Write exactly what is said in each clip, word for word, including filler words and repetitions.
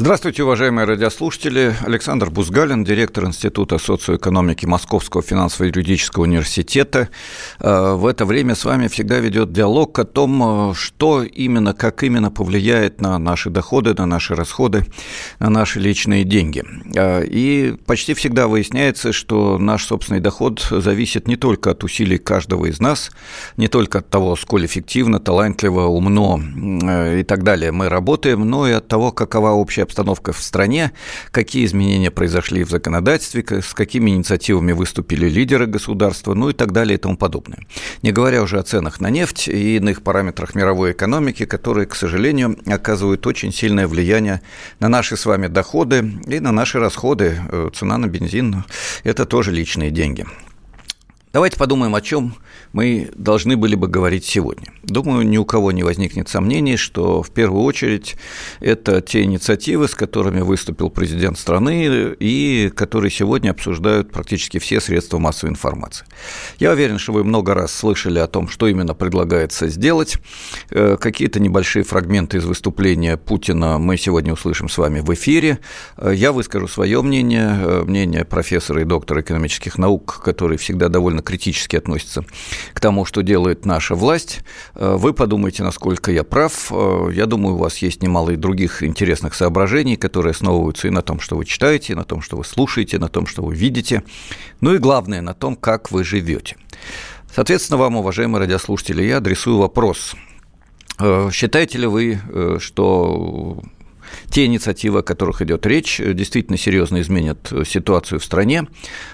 Здравствуйте, уважаемые радиослушатели. Александр Бузгалин, директор Института социоэкономики Московского финансово-юридического университета. В это время с вами всегда ведет диалог о том, что именно, как именно повлияет на наши доходы, на наши расходы, на наши личные деньги. И почти всегда выясняется, что наш собственный доход зависит не только от усилий каждого из нас, не только от того, сколь эффективно, талантливо, умно и так далее мы работаем, но и от того, какова общая обстановка в стране, какие изменения произошли в законодательстве, с какими инициативами выступили лидеры государства, ну и так далее и тому подобное. Не говоря уже о ценах на нефть и иных параметрах мировой экономики, которые, к сожалению, оказывают очень сильное влияние на наши с вами доходы и на наши расходы. Цена на бензин – это тоже личные деньги. Давайте подумаем, о чем мы должны были бы говорить сегодня. Думаю, ни у кого не возникнет сомнений, что в первую очередь это те инициативы, с которыми выступил президент страны и которые сегодня обсуждают практически все средства массовой информации. Я уверен, что вы много раз слышали о том, что именно предлагается сделать. Какие-то небольшие фрагменты из выступления Путина мы сегодня услышим с вами в эфире. Я выскажу свое мнение, мнение профессора и доктора экономических наук, который всегда довольно критически относится к тому, что делает наша власть. Вы подумайте, насколько я прав. Я думаю, у вас есть немало и других интересных соображений, которые основываются и на том, что вы читаете, и на том, что вы слушаете, на том, что вы видите, ну и главное, на том, как вы живете. Соответственно, вам, уважаемые радиослушатели, я адресую вопрос. Считаете ли вы, что те инициативы, о которых идет речь, действительно серьезно изменят ситуацию в стране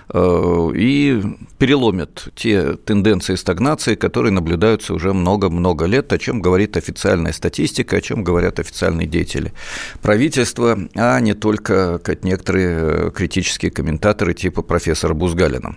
и переломят те тенденции стагнации, которые наблюдаются уже много-много лет, о чем говорит официальная статистика, о чем говорят официальные деятели правительства, а не только как некоторые критические комментаторы типа профессора Бузгалина.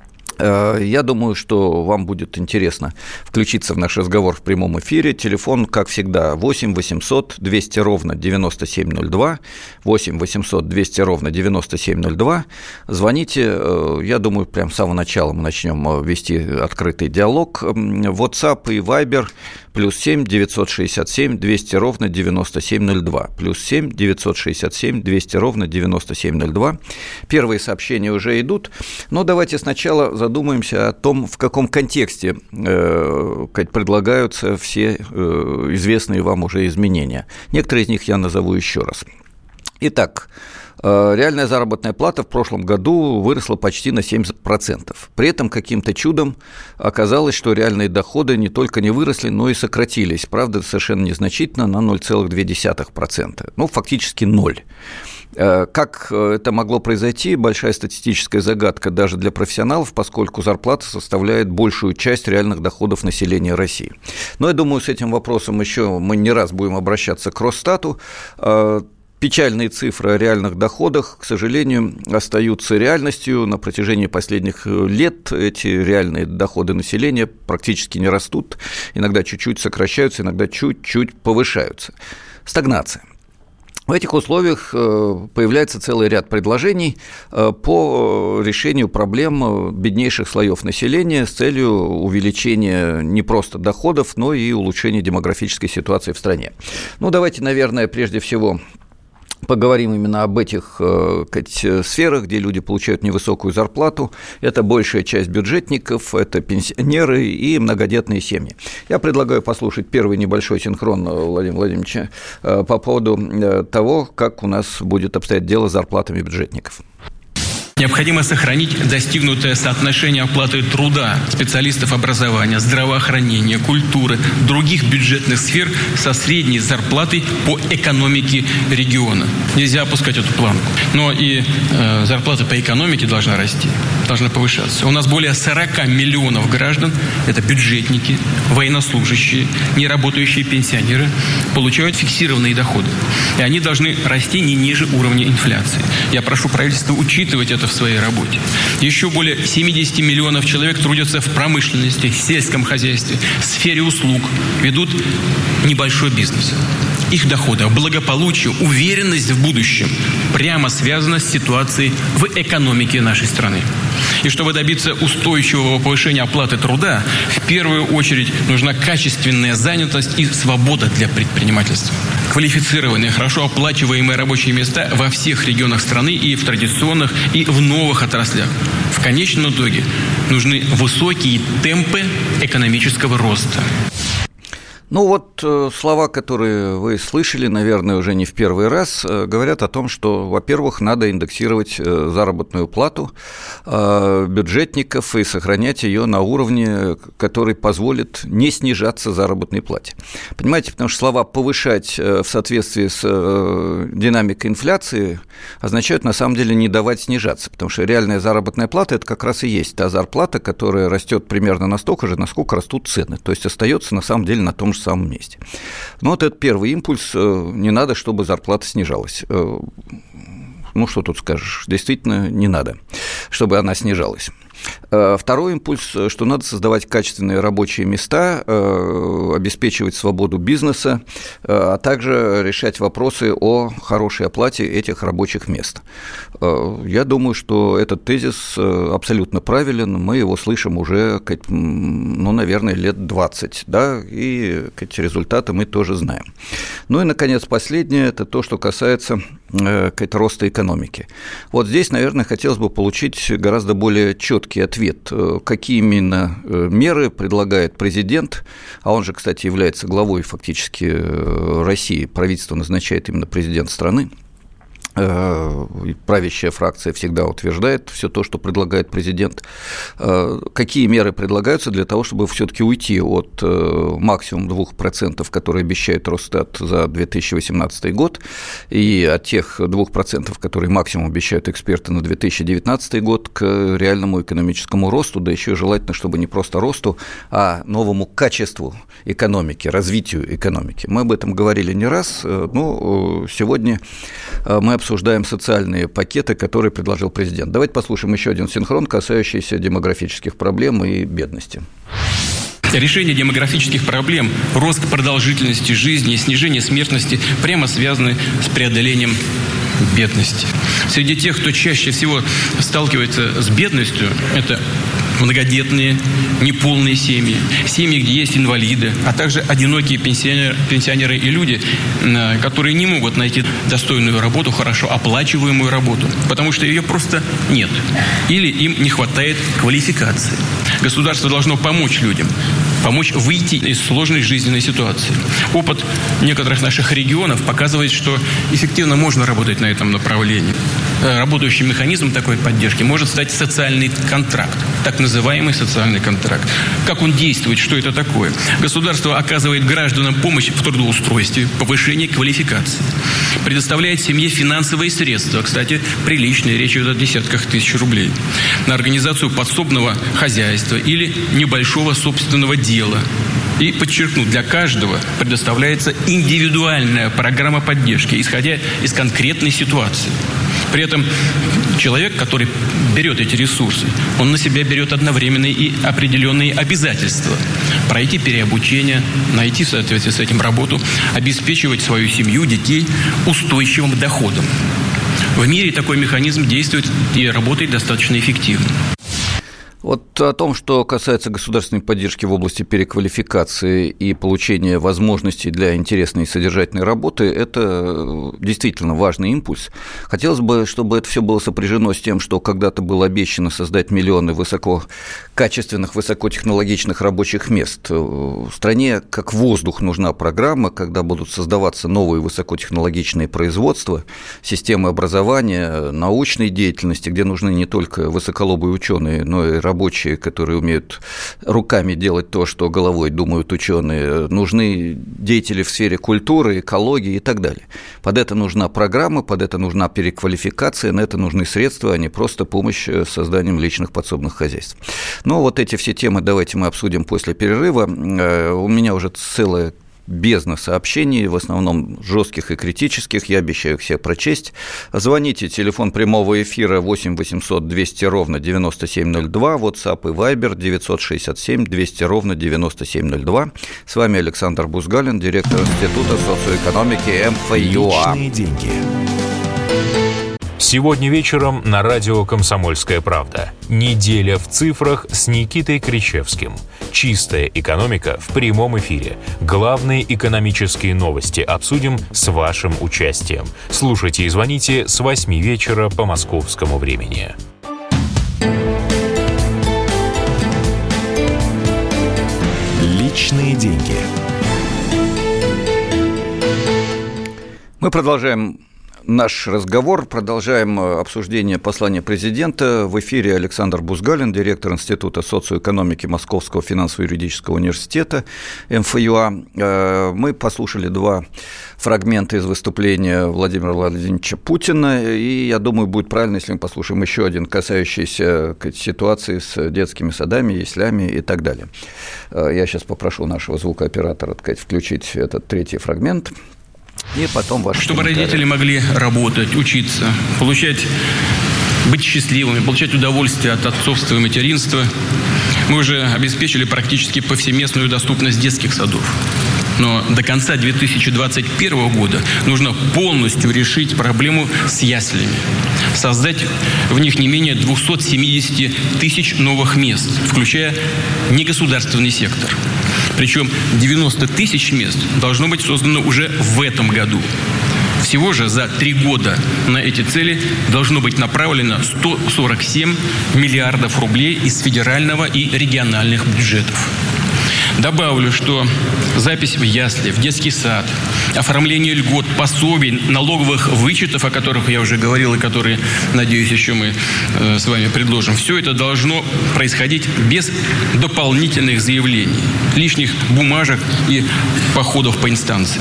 Я думаю, что вам будет интересно включиться в наш разговор в прямом эфире. Телефон, как всегда, восемь восемьсот двести ровно девяносто семь ноль два, восемь восемьсот двести ровно девяносто семь ноль два. Звоните, я думаю, прямо с самого начала мы начнем вести открытый диалог. WhatsApp и Viber плюс семь девятьсот шестьдесят семь двести ровно девяносто семь ноль два, плюс семь девятьсот шестьдесят семь двести ровно девяносто семь ноль два. Первые сообщения уже идут, но давайте сначала задумаемся о том, в каком контексте э, предлагаются все э, известные вам уже изменения. Некоторые из них я назову еще раз. Итак, реальная заработная плата в прошлом году выросла почти на семь процентов. При этом каким-то чудом оказалось, что реальные доходы не только не выросли, но и сократились. Правда, совершенно незначительно, на ноль целых две десятых процента. Ну, фактически ноль. Как это могло произойти, большая статистическая загадка даже для профессионалов, поскольку зарплата составляет большую часть реальных доходов населения России. Но я думаю, с этим вопросом еще мы не раз будем обращаться к Росстату. Печальные цифры о реальных доходах, к сожалению, остаются реальностью. На протяжении последних лет эти реальные доходы населения практически не растут, иногда чуть-чуть сокращаются, иногда чуть-чуть повышаются. Стагнация. В этих условиях появляется целый ряд предложений по решению проблем беднейших слоев населения с целью увеличения не просто доходов, но и улучшения демографической ситуации в стране. Ну, давайте, наверное, прежде всего поговорим именно об этих э, сферах, где люди получают невысокую зарплату. Это большая часть бюджетников, это пенсионеры и многодетные семьи. Я предлагаю послушать первый небольшой синхрон Владимира Владимировича э, по поводу э, того, как у нас будет обстоять дело с зарплатами бюджетников. Необходимо сохранить достигнутое соотношение оплаты труда специалистов образования, здравоохранения, культуры, других бюджетных сфер со средней зарплатой по экономике региона. Нельзя опускать эту планку. Но и э, зарплата по экономике должна расти, должна повышаться. У нас более сорок миллионов граждан, это бюджетники, военнослужащие, неработающие пенсионеры, получают фиксированные доходы. И они должны расти не ниже уровня инфляции. Я прошу правительство учитывать это в своей работе. Еще более семьдесят миллионов человек трудятся в промышленности, сельском хозяйстве, сфере услуг, ведут небольшой бизнес. Их доходы, благополучие, уверенность в будущем прямо связаны с ситуацией в экономике нашей страны. И чтобы добиться устойчивого повышения оплаты труда, в первую очередь нужна качественная занятость и свобода для предпринимательства. квалифицированные, хорошо оплачиваемые рабочие места во всех регионах страны и в традиционных, и в новых отраслях. В конечном итоге нужны высокие темпы экономического роста. Ну вот слова, которые вы слышали, наверное, уже не в первый раз, говорят о том, что, во-первых, надо индексировать заработную плату бюджетников и сохранять ее на уровне, который позволит не снижаться заработной плате. Понимаете, потому что слова «повышать» в соответствии с динамикой инфляции означают, на самом деле, не давать снижаться, потому что реальная заработная плата – это как раз и есть та зарплата, которая растет примерно настолько же, насколько растут цены, то есть остается, на самом деле, на том же самом месте. Ну, вот это первый импульс. Не надо, чтобы зарплата снижалась. Ну, что тут скажешь? Действительно, не надо, чтобы она снижалась. Второй импульс, что надо создавать качественные рабочие места, обеспечивать свободу бизнеса, а также решать вопросы о хорошей оплате этих рабочих мест. Я думаю, что этот тезис абсолютно правилен, мы его слышим уже, ну, наверное, лет двадцать, да, и эти результаты мы тоже знаем. Ну и, наконец, последнее – это то, что касается роста экономики. Вот здесь, наверное, хотелось бы получить гораздо более четкий ответ, какие именно меры предлагает президент, а он же, кстати, является главой фактически России, правительство назначает именно президент страны. Правящая фракция всегда утверждает все то, что предлагает президент. Какие меры предлагаются для того, чтобы все-таки уйти от максимум двух процентов, которые обещает Росстат за две тысячи восемнадцатый год, и от тех двух процентов, которые максимум обещают эксперты на две тысячи девятнадцатый год, к реальному экономическому росту, да еще желательно, чтобы не просто росту, а новому качеству экономики, развитию экономики. Мы об этом говорили не раз, но сегодня мы обсуждаем обсуждаем социальные пакеты, которые предложил президент. Давайте послушаем еще один синхрон, касающийся демографических проблем и бедности. Решение демографических проблем, рост продолжительности жизни и снижение смертности прямо связаны с преодолением бедности. Среди тех, кто чаще всего сталкивается с бедностью, это многодетные, неполные семьи, семьи, где есть инвалиды, а также одинокие пенсионеры, пенсионеры и люди, которые не могут найти достойную работу, хорошо оплачиваемую работу, потому что ее просто нет, или им не хватает квалификации. Государство должно помочь людям, помочь выйти из сложной жизненной ситуации. Опыт некоторых наших регионов показывает, что эффективно можно работать на этом направлении. Работающий механизм такой поддержки может стать социальный контракт, так называемый социальный контракт. Как он действует, что это такое? Государство оказывает гражданам помощь в трудоустройстве, повышении квалификации, предоставляет семье финансовые средства, кстати, приличные, речь идет о десятках тысяч рублей, на организацию подсобного хозяйства или небольшого собственного дела. И, подчеркну, для каждого предоставляется индивидуальная программа поддержки, исходя из конкретной ситуации. При этом человек, который берет эти ресурсы, он на себя берет одновременные и определенные обязательства. Пройти переобучение, найти в соответствии с этим работу, обеспечивать свою семью, детей устойчивым доходом. В мире такой механизм действует и работает достаточно эффективно. Вот о том, что касается государственной поддержки в области переквалификации и получения возможностей для интересной и содержательной работы, это действительно важный импульс. Хотелось бы, чтобы это все было сопряжено с тем, что когда-то было обещано создать миллионы высококачественных, высокотехнологичных рабочих мест. В стране как воздух нужна программа, когда будут создаваться новые высокотехнологичные производства, системы образования, научной деятельности, где нужны не только высоколобые ученые, но и рабочие, которые умеют руками делать то, что головой думают ученые, нужны деятели в сфере культуры, экологии и так далее. Под это нужна программа, под это нужна переквалификация, на это нужны средства, а не просто помощь с созданием личных подсобных хозяйств. Но вот эти все темы давайте мы обсудим после перерыва. У меня уже целая бездна сообщений, в основном жестких и критических, я обещаю их все прочесть. Звоните, телефон прямого эфира восемь восемьсот двести ровно девяносто семь ноль два, WhatsApp и Viber девятьсот шестьдесят семь двести ровно девяносто семь ноль два. С вами Александр Бузгалин, директор Института социоэкономики эм эф ю а. Личные деньги. Сегодня вечером на радио «Комсомольская правда». «Неделя в цифрах» с Никитой Кричевским. Чистая экономика в прямом эфире. Главные экономические новости обсудим с вашим участием. Слушайте и звоните с восьми вечера по московскому времени. Личные деньги. Мы продолжаем наш разговор, продолжаем обсуждение послания президента. В эфире Александр Бузгалин, директор Института социоэкономики Московского финансово-юридического университета эм эф ю а. Мы послушали два фрагмента из выступления Владимира Владимировича Путина, и я думаю, будет правильно, если мы послушаем еще один, касающийся ситуации с детскими садами, яслями и так далее. Я сейчас попрошу нашего звукооператора, так сказать, включить этот третий фрагмент. И потом ваши Чтобы комментарии. родители могли работать, учиться, получать, быть счастливыми, получать удовольствие от отцовства и материнства, мы уже обеспечили практически повсеместную доступность детских садов. Но до конца две тысячи двадцать первого года нужно полностью решить проблему с яслями, создать в них не менее двести семьдесят тысяч новых мест, включая негосударственный сектор. Причем девяносто тысяч мест должно быть создано уже в этом году. Всего же за три года на эти цели должно быть направлено сто сорок семь миллиардов рублей из федерального и региональных бюджетов. Добавлю, что запись в ясли, в детский сад, оформление льгот, пособий, налоговых вычетов, о которых я уже говорил и которые, надеюсь, еще мы э, с вами предложим, все это должно происходить без дополнительных заявлений, лишних бумажек и походов по инстанциям.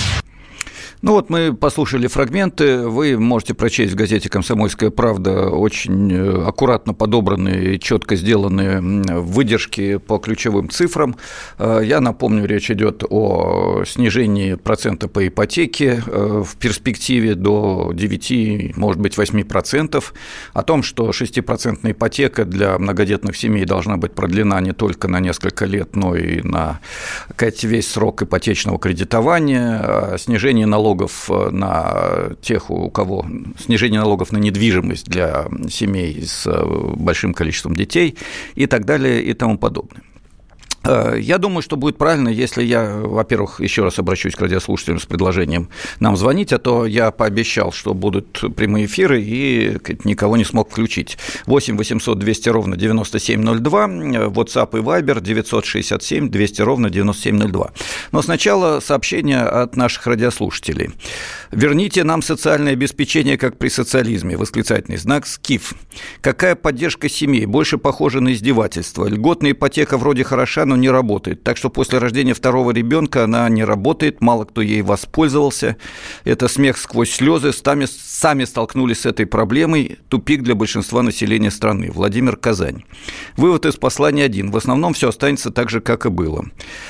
Ну вот мы послушали фрагменты, вы можете прочесть в газете «Комсомольская правда» очень аккуратно подобранные, четко сделанные выдержки по ключевым цифрам. Я напомню, речь идет о снижении процента по ипотеке в перспективе до девяти, может быть, восьми процентов, о том, что шестипроцентная ипотека для многодетных семей должна быть продлена не только на несколько лет, но и на весь срок ипотечного кредитования, снижение налогов на тех, у кого снижение налогов на недвижимость для семей с большим количеством детей и так далее и тому подобное. Я думаю, что будет правильно, если я, во-первых, еще раз обращусь к радиослушателям с предложением нам звонить, а то я пообещал, что будут прямые эфиры и никого не смог включить. восемь восемьсот двести ровно девяносто семь ноль два, WhatsApp и Viber девятьсот шестьдесят семь двести ровно девяносто семь ноль два. Но сначала сообщение от наших радиослушателей. «Верните нам социальное обеспечение, как при социализме», восклицательный знак, СКИФ. «Какая поддержка семей? Больше похоже на издевательство. Льготная ипотека вроде хороша, но не работает. Так что после рождения второго ребенка она не работает, мало кто ей воспользовался. Это смех сквозь слезы. Сами, сами столкнулись с этой проблемой. Тупик для большинства населения страны». Владимир, Казань. Вывод из послания один. В основном все останется так же, как и было.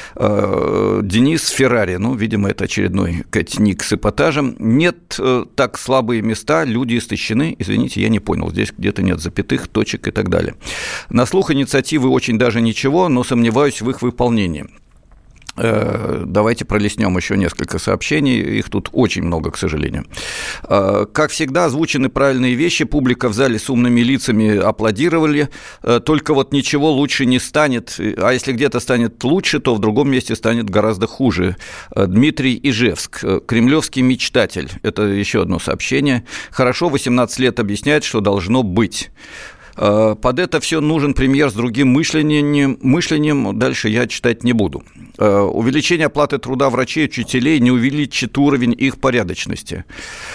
Денис Феррари. Ну, видимо, это очередной ник с эпатажем. Нет, так слабые места, люди истощены. Извините, я не понял. Здесь где-то нет запятых, точек и так далее. На слух инициативы очень даже ничего, но сомневаюсь в их выполнении. Давайте пролистнем еще несколько сообщений, их тут очень много, к сожалению. Как всегда, озвучены правильные вещи, публика в зале с умными лицами аплодировали, только вот ничего лучше не станет, а если где-то станет лучше, то в другом месте станет гораздо хуже. Дмитрий Ижевск, кремлевский мечтатель, это еще одно сообщение, хорошо восемнадцать лет объясняет, что должно быть. Под это все нужен премьер с другим мышлением, мышлением, дальше я читать не буду. Увеличение оплаты труда врачей и учителей не увеличит уровень их порядочности.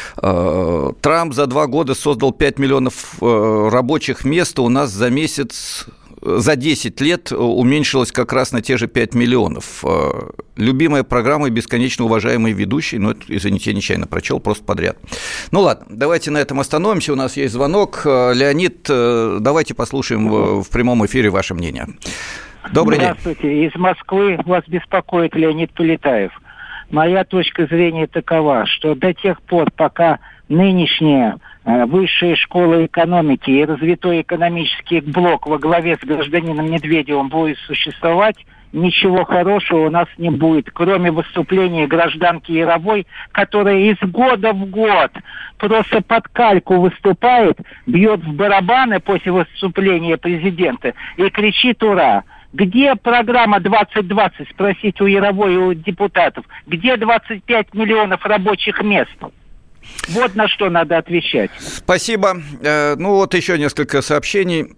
Трамп за два года создал пять миллионов рабочих мест, у нас за месяц... За десять лет уменьшилось как раз на те же пять миллионов. Любимая программа и бесконечно уважаемые ведущие, ну, это, извините, я нечаянно прочел, просто подряд. Ну, ладно, давайте на этом остановимся, у нас есть звонок. Леонид, давайте послушаем в прямом эфире ваше мнение. Добрый день. Здравствуйте, из Москвы вас беспокоит Леонид Полетаев. Моя точка зрения такова, что до тех пор, пока нынешняя высшая школа экономики и развитой экономический блок во главе с гражданином Медведевым будет существовать, ничего хорошего у нас не будет, кроме выступления гражданки Яровой, которая из года в год просто под кальку выступает, бьет в барабаны после выступления президента и кричит «Ура!». Где программа двадцать двадцать, спросите у Яровой и у депутатов, где двадцать пять миллионов рабочих мест? Вот на что надо отвечать. Спасибо. Ну вот еще несколько сообщений.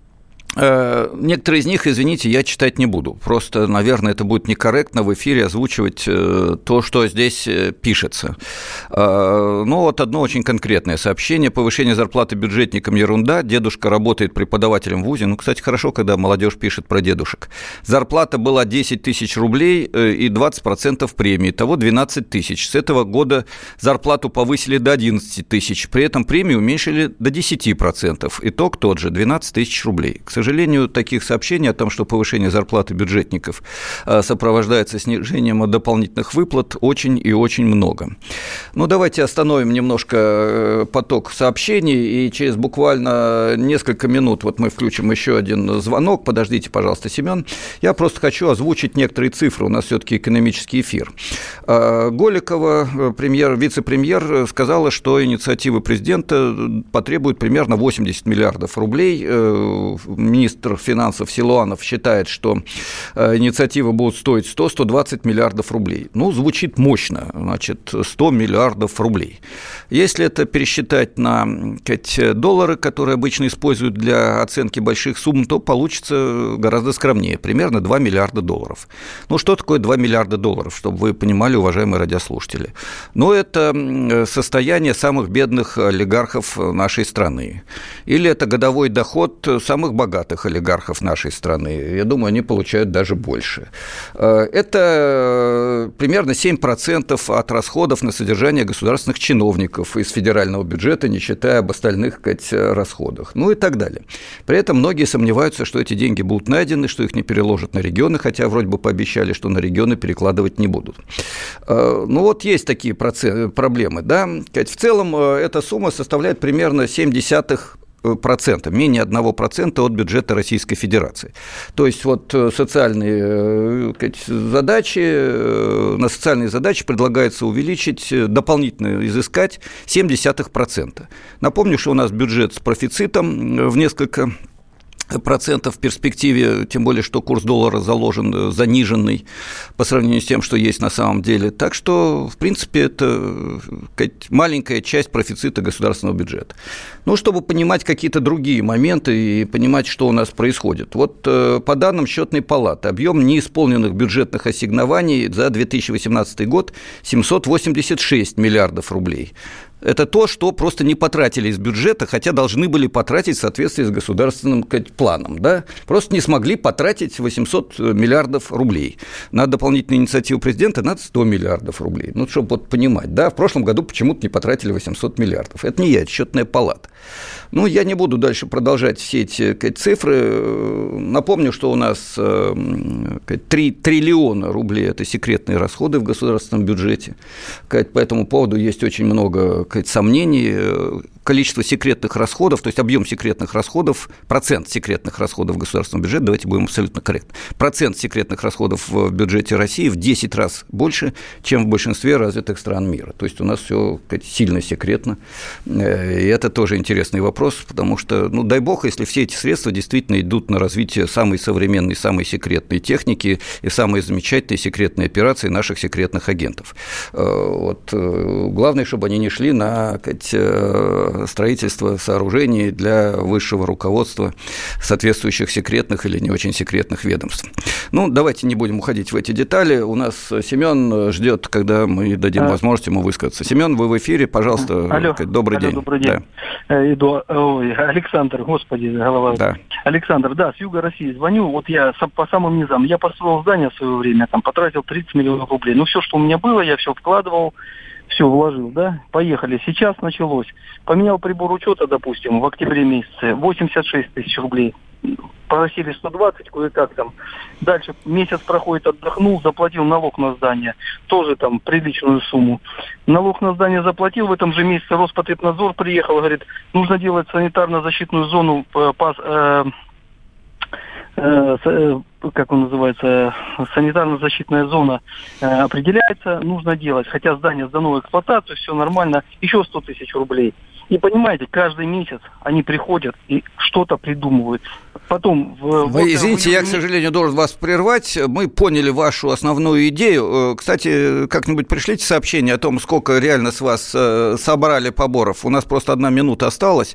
Некоторые из них, извините, я читать не буду. Просто, наверное, это будет некорректно в эфире озвучивать то, что здесь пишется. Ну, вот одно очень конкретное сообщение. Повышение зарплаты бюджетникам – ерунда. Дедушка работает преподавателем в вузе. Ну, кстати, хорошо, когда молодежь пишет про дедушек. Зарплата была десять тысяч рублей и двадцать процентов премии. Итого двенадцать тысяч. С этого года зарплату повысили до одиннадцать тысяч. При этом премию уменьшили до десять процентов. Итог тот же – двенадцать тысяч рублей. К сожалению, таких сообщений о том, что повышение зарплаты бюджетников сопровождается снижением дополнительных выплат, очень и очень много. Ну, давайте остановим немножко поток сообщений, и через буквально несколько минут вот мы включим еще один звонок. Подождите, пожалуйста, Семен. Я просто хочу озвучить некоторые цифры. У нас все-таки экономический эфир. Голикова, премьер, вице-премьер, сказала, что инициатива президента потребует примерно восемьдесят миллиардов рублей. Министр финансов Силуанов считает, что инициативы будут стоить сто - сто двадцать миллиардов рублей. Ну, звучит мощно, значит, сто миллиардов рублей. Если это пересчитать на сказать, доллары, которые обычно используют для оценки больших сумм, то получится гораздо скромнее, примерно два миллиарда долларов. Ну, что такое два миллиарда долларов, чтобы вы понимали, уважаемые радиослушатели? Ну, это состояние самых бедных олигархов нашей страны. Или это годовой доход самых богатых олигархов нашей страны. Я думаю, они получают даже больше. Это примерно семь процентов от расходов на содержание государственных чиновников из федерального бюджета, не считая об остальных, сказать, расходах. Ну и так далее. При этом многие сомневаются, что эти деньги будут найдены, что их не переложат на регионы, хотя вроде бы пообещали, что на регионы перекладывать не будут. Ну вот есть такие проблемы. Да? В целом эта сумма составляет примерно семь десятых процента, менее одного процента от бюджета Российской Федерации. То есть вот социальные задачи, на социальные задачи предлагается увеличить, дополнительно изыскать семь десятых процента. Напомню, что у нас бюджет с профицитом в несколько процентов в перспективе, тем более, что курс доллара заложен заниженный по сравнению с тем, что есть на самом деле. Так что, в принципе, это маленькая часть профицита государственного бюджета. Ну, чтобы понимать какие-то другие моменты и понимать, что у нас происходит. Вот по данным Счетной палаты, объем неисполненных бюджетных ассигнований за две тысячи восемнадцатый год семьсот восемьдесят шесть миллиардов рублей. Это то, что просто не потратили из бюджета, хотя должны были потратить в соответствии с государственным планом. Да? Просто не смогли потратить восемьсот миллиардов рублей. На дополнительную инициативу президента надо сто миллиардов рублей. Ну, чтобы вот понимать. Да? В прошлом году почему-то не потратили восемьсот миллиардов. Это не я, это Счетная палата. Ну, я не буду дальше продолжать все эти сказать, цифры. Напомню, что у нас сказать, три триллиона рублей – это секретные расходы в государственном бюджете. Сказать, по этому поводу есть очень много сказать, сомнений. Количество секретных расходов, то есть объем секретных расходов, процент секретных расходов государственного бюджета, давайте будем абсолютно корректны, процент секретных расходов в бюджете России в десять раз больше, чем в большинстве развитых стран мира. То есть у нас все сильно секретно. И это тоже интересный вопрос, потому что, ну, дай бог, если все эти средства действительно идут на развитие самой современной, самой секретной техники и самой замечательной секретной операции наших секретных агентов. Вот. Главное, чтобы они не шли на сказать, строительство сооружений для высшего руководства соответствующих секретных или не очень секретных ведомств. Ну, давайте не будем уходить в эти детали. У нас Семен ждет, когда мы дадим а... возможность ему высказаться. Семен, вы в эфире, пожалуйста. Алло. Добрый Алло, день. Добрый день. Да. Иду. Ой, Александр, господи, голова. Да. Александр, да, с юга России звоню. Вот я по самым низам. Я построил здание в свое время, там потратил тридцать миллионов рублей. Ну, все, что у меня было, я все вкладывал. Все, вложил, да? Поехали. Сейчас началось. Поменял прибор учета, допустим, в октябре месяце. восемьдесят шесть тысяч рублей погасили сто двадцать, кое-как там. Дальше месяц проходит, отдохнул, заплатил налог на здание. Тоже там приличную сумму. Налог на здание заплатил, в этом же месяце Роспотребнадзор приехал, говорит, нужно делать санитарно-защитную зону по, по э, как он называется, санитарно-защитная зона э, определяется, нужно делать. Хотя здание сдано в эксплуатацию, все нормально, еще сто тысяч рублей. И понимаете, каждый месяц они приходят и что-то придумывают. Потом... В, Вы вот, извините, в... я, к сожалению, должен вас прервать. Мы поняли вашу основную идею. Кстати, как-нибудь пришлите сообщение о том, сколько реально с вас собрали поборов. У нас просто одна минута осталась.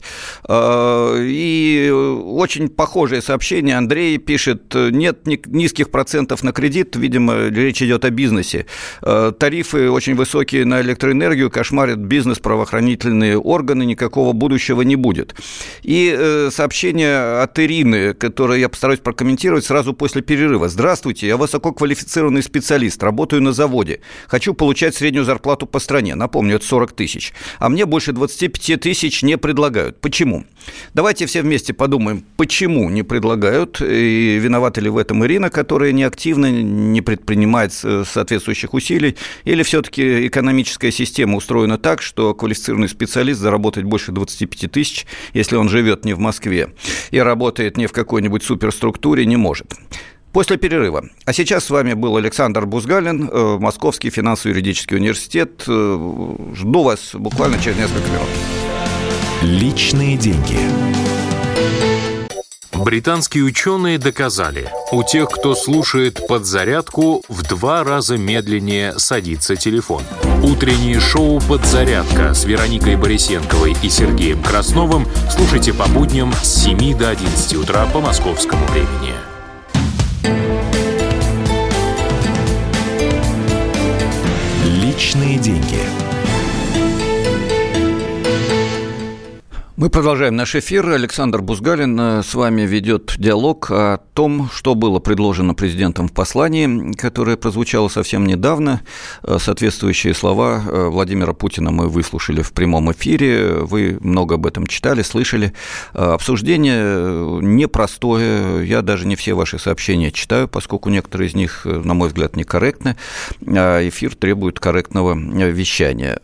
И очень похожее сообщение. Андрей пишет, нет низких процентов на кредит. Видимо, речь идет о бизнесе. Тарифы очень высокие на электроэнергию, кошмарят бизнес, правоохранительные органы, никакого будущего не будет. И сообщение от Ирины, которое я постараюсь прокомментировать сразу после перерыва. Здравствуйте, я высококвалифицированный специалист, работаю на заводе. Хочу получать среднюю зарплату по стране. Напомню, это сорок тысяч. А мне больше двадцать пять тысяч не предлагают. Почему? Давайте все вместе подумаем, почему не предлагают. И виновата ли в этом Ирина, которая неактивно, не предпринимает соответствующих усилий. Или все-таки экономическая система устроена так, что квалифицированный специалист заработать больше двадцать пять тысяч, если он живет не в Москве и работает не в какой-нибудь суперструктуре, не может. После перерыва. А сейчас с вами был Александр Бузгалин, Московский финансово-юридический университет. Жду вас буквально через несколько минут. Личные деньги. Британские ученые доказали, у тех, кто слушает «Подзарядку», в два раза медленнее садится телефон. Утреннее шоу «Подзарядка» с Вероникой Борисенковой и Сергеем Красновым слушайте по будням с семи до одиннадцати утра по московскому времени. Личные деньги. Мы продолжаем наш эфир. Александр Бузгалин с вами ведет диалог о том, что было предложено президентом в послании, которое прозвучало совсем недавно. Соответствующие слова Владимира Путина мы выслушали в прямом эфире. Вы много об этом читали, слышали. Обсуждение непростое. Я даже не все ваши сообщения читаю, поскольку некоторые из них, на мой взгляд, некорректны. Эфир требует корректного вещания.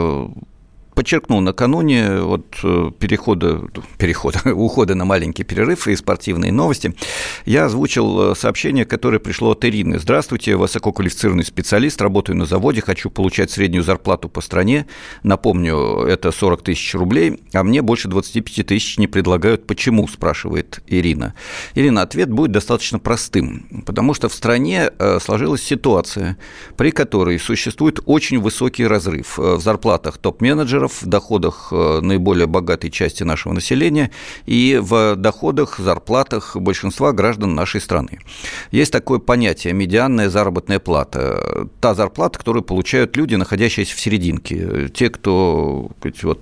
Подчеркну, накануне от перехода, перехода, ухода на маленький перерыв и спортивные новости я озвучил сообщение, которое пришло от Ирины. Здравствуйте, высококвалифицированный специалист, работаю на заводе, хочу получать среднюю зарплату по стране. Напомню, это сорок тысяч рублей, а мне больше двадцать пять тысяч не предлагают. Почему, спрашивает Ирина. Ирина, ответ будет достаточно простым, потому что в стране сложилась ситуация, при которой существует очень высокий разрыв в зарплатах топ-менеджеров, в доходах наиболее богатой части нашего населения и в доходах, зарплатах большинства граждан нашей страны. Есть такое понятие – медианная заработная плата. Та зарплата, которую получают люди, находящиеся в серединке. Те, кто вот,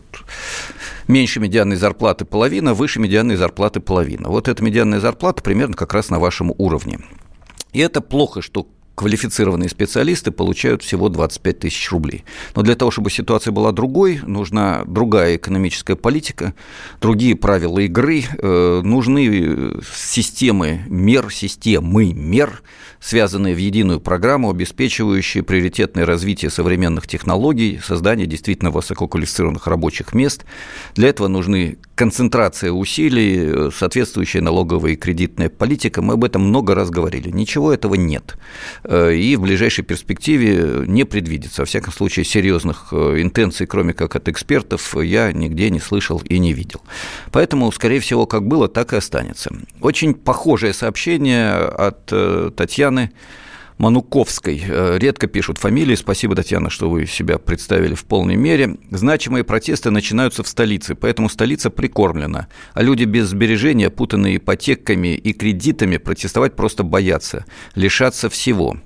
меньше медианной зарплаты половина, выше медианной зарплаты половина. Вот эта медианная зарплата примерно как раз на вашем уровне. И это плохо, что квалифицированные специалисты получают всего двадцать пять тысяч рублей. Но для того, чтобы ситуация была другой, нужна другая экономическая политика, другие правила игры, э, нужны системы мер, системы мер, связанные в единую программу, обеспечивающие приоритетное развитие современных технологий, создание действительно высококвалифицированных рабочих мест. Для этого нужны концентрация усилий, соответствующая налоговая и кредитная политика. Мы об этом много раз говорили. Ничего этого нет. И в ближайшей перспективе не предвидится. Во всяком случае, серьезных интенций, кроме как от экспертов, я нигде не слышал и не видел. Поэтому, скорее всего, как было, так и останется. Очень похожее сообщение от Татьяны Мануковской. Редко пишут фамилии. Спасибо, Татьяна, что вы себя представили в полной мере. Значимые протесты начинаются в столице, поэтому столица прикормлена. А люди без сбережения, опутанные ипотеками и кредитами, протестовать просто боятся, лишаться всего.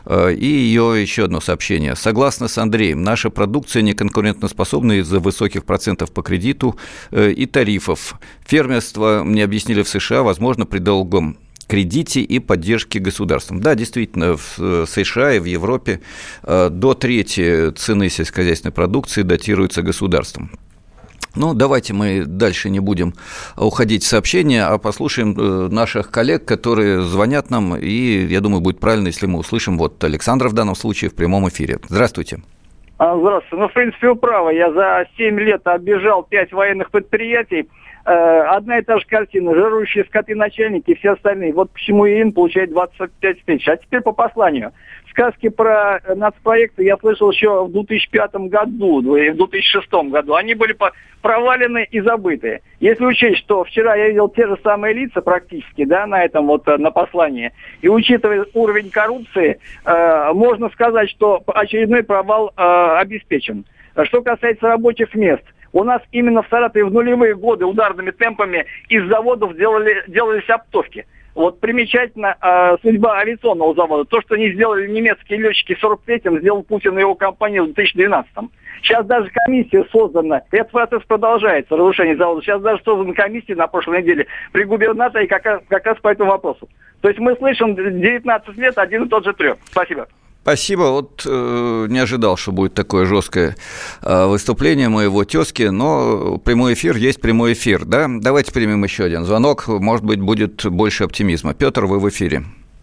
И ее еще одно сообщение. Согласно с Андреем, наша продукция неконкурентоспособна из-за высоких процентов по кредиту и тарифов. Фермерство, мне объяснили, в США возможно при долгом кредите и поддержке государством. Да, действительно, в США и в Европе до трети цены сельскохозяйственной продукции датируется государством. Ну, давайте мы дальше не будем уходить в сообщения, а послушаем наших коллег, которые звонят нам, и, я думаю, будет правильно, если мы услышим вот Александра в данном случае в прямом эфире. Здравствуйте. Здравствуйте. Ну, в принципе, вы правы. Я за семь лет оббежал пять военных предприятий. Одна и та же картина. Жирующие скоты начальники и все остальные. Вот почему ИИН получает двадцать пять тысяч. А теперь по посланию. Сказки про нацпроекты я слышал еще в две тысячи пятом году, в две тысячи шестом году. Они были провалены и забыты. Если учесть, что вчера я видел те же самые лица практически, да, на этом вот, на послании, и учитывая уровень коррупции, э, можно сказать, что очередной провал э, обеспечен. Что касается рабочих мест, у нас именно в Саратове в нулевые годы ударными темпами из заводов делали, делались оптовки. Вот примечательно э, судьба авиационного завода. То, что не сделали немецкие летчики в сорок третьем, сделал Путин и его компания в две тысячи двенадцатом. Сейчас даже комиссия создана. Этот процесс продолжается, разрушение завода. Сейчас даже создана комиссия на прошлой неделе при губернаторе как раз, как раз по этому вопросу. То есть мы слышим девятнадцать лет один и тот же трёх. Спасибо. Спасибо. Вот э, не ожидал, что будет такое жесткое э, выступление моего тезки, но прямой эфир есть прямой эфир, да? Давайте примем еще один звонок, может быть, будет больше оптимизма. Петр, вы в эфире.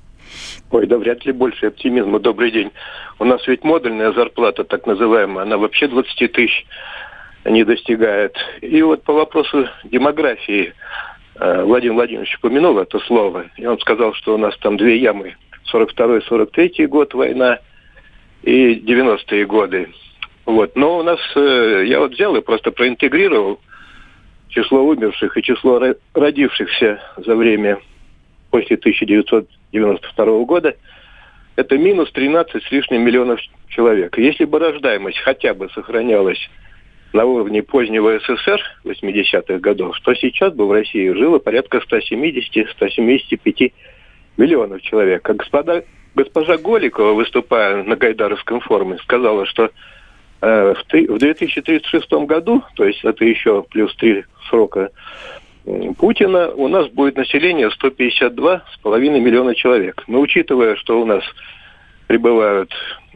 Ой, да вряд ли больше оптимизма. Добрый день. У нас ведь модульная зарплата, так называемая, она вообще двадцать тысяч не достигает. И вот по вопросу демографии э, Владимир Владимирович упомянул это слово, и он сказал, что у нас там две ямы. сорок второй сорок третий год война и девяностые годы. Вот. Но у нас, э, я вот взял и просто проинтегрировал число умерших и число родившихся за время после тысяча девятьсот девяносто второго года. Это минус тринадцать с лишним миллионов человек. Если бы рождаемость хотя бы сохранялась на уровне позднего СССР восьмидесятых годов, то сейчас бы в России жило порядка сто семьдесят - сто семьдесят пять миллионов человек. А господа, госпожа Голикова, выступая на Гайдаровском форуме, сказала, что э, в, три, в две тысячи тридцать шестом году, то есть это еще плюс три срока э, Путина, у нас будет население сто пятьдесят два с половиной миллиона человек. Но учитывая, что у нас прибывают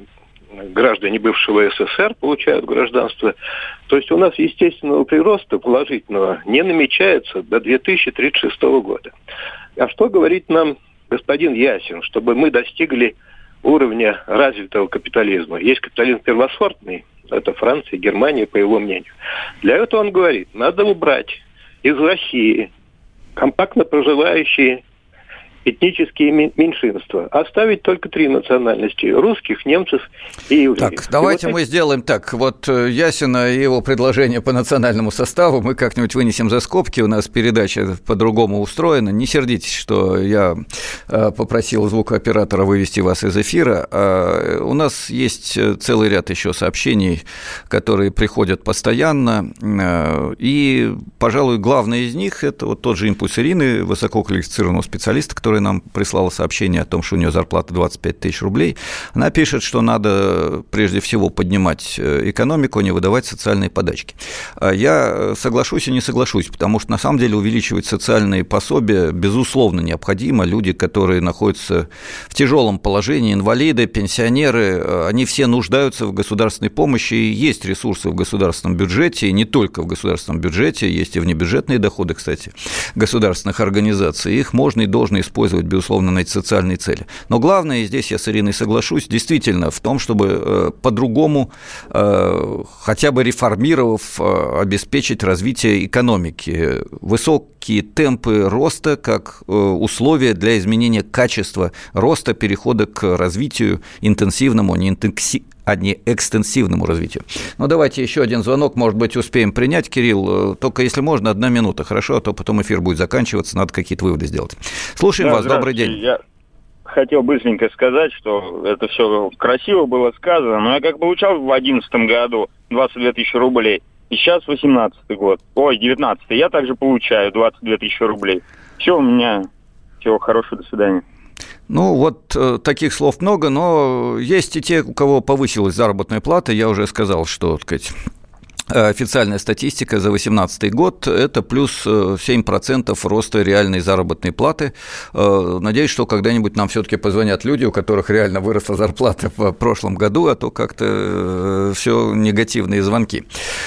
граждане бывшего СССР, получают гражданство, то есть у нас естественного прироста положительного не намечается до две тысячи тридцать шестого года. А что говорит нам господин Ясин, чтобы мы достигли уровня развитого капитализма? Есть капитализм первосортный, это Франция, Германия, по его мнению. Для этого он говорит, надо убрать из России компактно проживающие этнические меньшинства. Оставить только три национальности – русских, немцев и евреев. Так, давайте вот мы так... сделаем так. Вот Ясина и его предложение по национальному составу мы как-нибудь вынесем за скобки. У нас передача по-другому устроена. Не сердитесь, что я попросил звукооператора вывести вас из эфира. У нас есть целый ряд еще сообщений, которые приходят постоянно. И, пожалуй, главное из них – это вот тот же импульс Ирины, высококвалифицированного специалиста, который которая нам прислала сообщение о том, что у нее зарплата двадцать пять тысяч рублей, она пишет, что надо прежде всего поднимать экономику, а не выдавать социальные подачки. Я соглашусь и не соглашусь, потому что на самом деле увеличивать социальные пособия безусловно необходимо. Люди, которые находятся в тяжелом положении, инвалиды, пенсионеры, они все нуждаются в государственной помощи, и есть ресурсы в государственном бюджете, и не только в государственном бюджете, есть и внебюджетные доходы, кстати, государственных организаций, их можно и должно использовать, безусловно, на эти социальные цели. Но главное, и здесь я с Ириной соглашусь, действительно в том, чтобы по-другому, хотя бы реформировав, обеспечить развитие экономики. Высокие темпы роста как условие для изменения качества роста, перехода к развитию интенсивному, не интенсивному, а не экстенсивному развитию. Ну, давайте еще один звонок, может быть, успеем принять, Кирилл, только если можно, одна минута, хорошо, а то потом эфир будет заканчиваться, надо какие-то выводы сделать. Слушаем да, вас, добрый день. Я хотел быстренько сказать, что это все красиво было сказано, но я как получал в две тысячи одиннадцатом году двадцать две тысячи рублей, и сейчас восемнадцатый год, ой, девятнадцатый, я также получаю двадцать две тысячи рублей. Все, у меня, всего хорошего, до свидания. Ну, вот э, таких слов много, но есть и те, у кого повысилась заработная плата. Я уже сказал, что, так сказать, официальная статистика за две тысячи восемнадцатый год – это плюс семь процентов роста реальной заработной платы. Надеюсь, что когда-нибудь нам все-таки позвонят люди, у которых реально выросла зарплата в прошлом году, а то как-то все негативные звонки.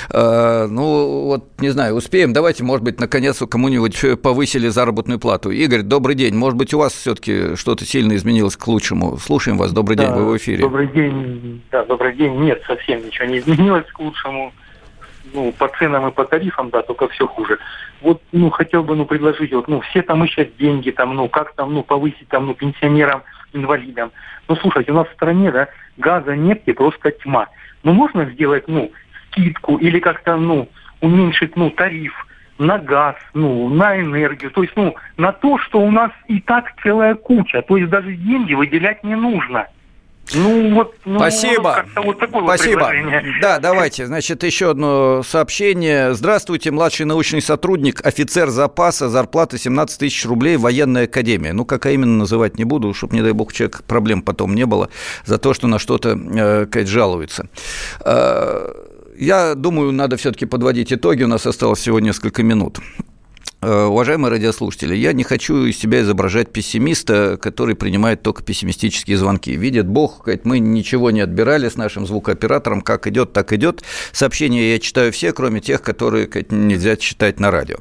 Ну, вот, не знаю, успеем. Давайте, может быть, наконец кому-нибудь повысили заработную плату. Игорь, добрый день. Может быть, у вас все-таки что-то сильно изменилось к лучшему. Слушаем вас. Добрый да, день, вы в эфире. Добрый день. Да, добрый день. Нет, совсем ничего не изменилось к лучшему. Ну, по ценам и по тарифам, да, только все хуже. Вот, ну, хотел бы, ну, предложить, вот, ну, все там ищут деньги, там, ну, как там, ну, повысить, там, ну, пенсионерам, инвалидам. Ну, слушайте, у нас в стране, да, газа, нефти просто тьма. Ну, можно сделать, ну, скидку или как-то, ну, уменьшить, ну, тариф на газ, ну, на энергию, то есть, ну, на то, что у нас и так целая куча, то есть даже деньги выделять не нужно. Ну, вот, ну, Спасибо. Вот такое Спасибо. Вот да, давайте, значит, еще одно сообщение. Здравствуйте, младший научный сотрудник, офицер запаса, зарплата семнадцать тысяч рублей, военная академия. Ну, как именно называть не буду, чтобы, не дай бог, у человека проблем потом не было за то, что на что-то, э, как жалуется. Э, я думаю, надо все-таки подводить итоги, у нас осталось всего несколько минут. Уважаемые радиослушатели, я не хочу из себя изображать пессимиста, который принимает только пессимистические звонки. Видит Бог, мы ничего не отбирали с нашим звукооператором, как идет, так идет. Сообщения я читаю все, кроме тех, которые нельзя читать на радио.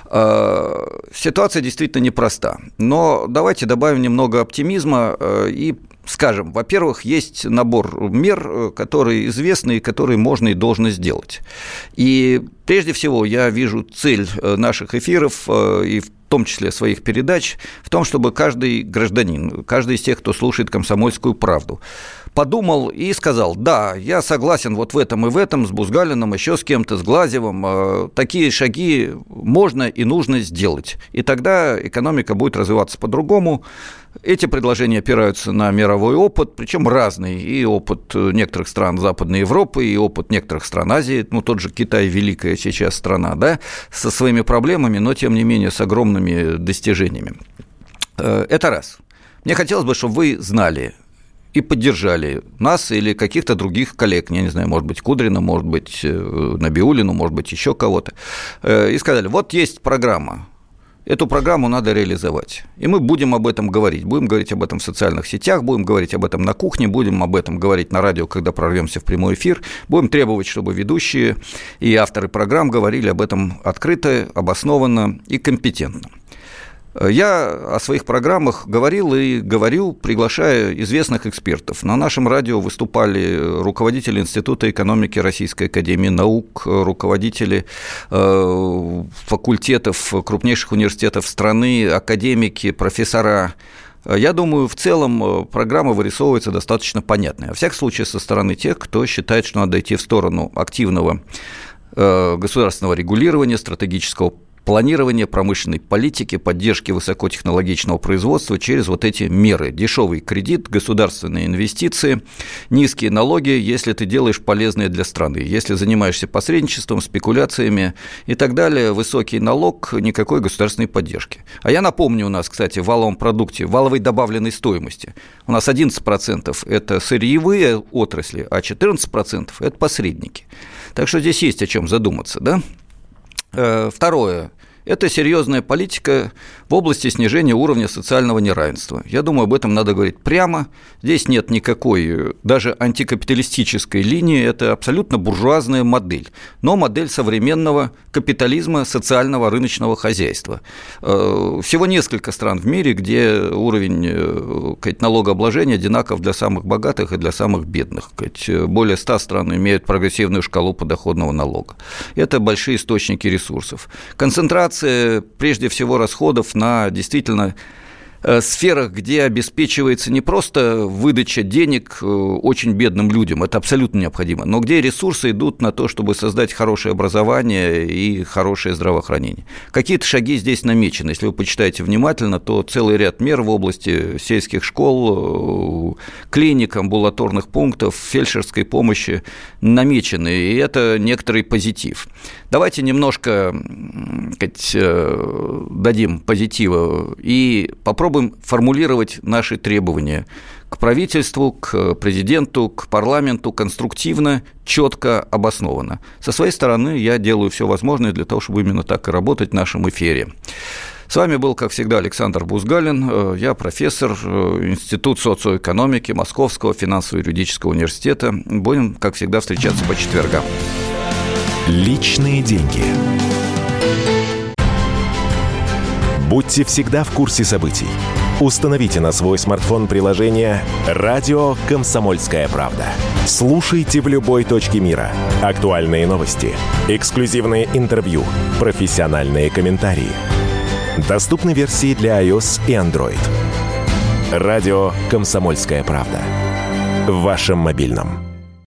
Ситуация действительно непроста, но давайте добавим немного оптимизма и скажем, во-первых, есть набор мер, которые известны и которые можно и должно сделать. И прежде всего я вижу цель наших эфиров и в том числе своих передач в том, чтобы каждый гражданин, каждый из тех, кто слушает «Комсомольскую правду», подумал и сказал: да, я согласен вот в этом и в этом, с Бузгалиным, еще с кем-то, с Глазьевым, такие шаги можно и нужно сделать. И тогда экономика будет развиваться по-другому. Эти предложения опираются на мировой опыт, причем разный, и опыт некоторых стран Западной Европы, и опыт некоторых стран Азии, ну, тот же Китай, великая сейчас страна, да, со своими проблемами, но, тем не менее, с огромными достижениями. Это раз. Мне хотелось бы, чтобы вы знали и поддержали нас или каких-то других коллег, я не знаю, может быть, Кудрина, может быть, Набиуллину, может быть, еще кого-то, и сказали: вот есть программа. Эту программу надо реализовать. И мы будем об этом говорить. Будем говорить об этом в социальных сетях, будем говорить об этом на кухне, будем об этом говорить на радио, когда прорвемся в прямой эфир. Будем требовать, чтобы ведущие и авторы программ говорили об этом открыто, обоснованно и компетентно. Я о своих программах говорил и говорю, приглашая известных экспертов. На нашем радио выступали руководители Института экономики Российской академии наук, руководители э, факультетов крупнейших университетов страны, академики, профессора. Я думаю, в целом программа вырисовывается достаточно понятная. Во всяком случае, со стороны тех, кто считает, что надо идти в сторону активного э, государственного регулирования, стратегического планирования промышленной политики, поддержки высокотехнологичного производства через вот эти меры. Дешевый кредит, государственные инвестиции, низкие налоги, если ты делаешь полезное для страны. Если занимаешься посредничеством, спекуляциями и так далее, высокий налог, никакой государственной поддержки. А я напомню, у нас, кстати, в валовом продукте, валовой добавленной стоимости, у нас одиннадцать процентов это сырьевые отрасли, а четырнадцать процентов это посредники. Так что здесь есть о чем задуматься, да? Второе. Это серьезная политика в области снижения уровня социального неравенства. Я думаю, об этом надо говорить прямо. Здесь нет никакой даже антикапиталистической линии. Это абсолютно буржуазная модель, но модель современного капитализма, социального рыночного хозяйства. Всего несколько стран в мире, где уровень налогообложения одинаков для самых богатых и для самых бедных. Более ста стран имеют прогрессивную шкалу подоходного налога. Это большие источники ресурсов. Концентрация прежде всего расходов на действительно сферах, где обеспечивается не просто выдача денег очень бедным людям, это абсолютно необходимо, но где ресурсы идут на то, чтобы создать хорошее образование и хорошее здравоохранение. Какие-то шаги здесь намечены. Если вы почитаете внимательно, то целый ряд мер в области сельских школ, клиник, амбулаторных пунктов, фельдшерской помощи намечены, и это некоторый позитив. Давайте немножко, сказать, дадим позитива и попробуем формулировать наши требования к правительству, к президенту, к парламенту конструктивно, четко, обоснованно. Со своей стороны я делаю все возможное для того, чтобы именно так и работать в нашем эфире. С вами был, как всегда, Александр Бузгалин. Я профессор Института социоэкономики Московского финансово-юридического университета. Будем, как всегда, встречаться по четвергам. Личные деньги. Будьте всегда в курсе событий. Установите на свой смартфон приложение «Радио Комсомольская правда». Слушайте в любой точке мира. Актуальные новости, эксклюзивные интервью, профессиональные комментарии. Доступны версии для iOS и Android. Радио «Комсомольская правда». В вашем мобильном.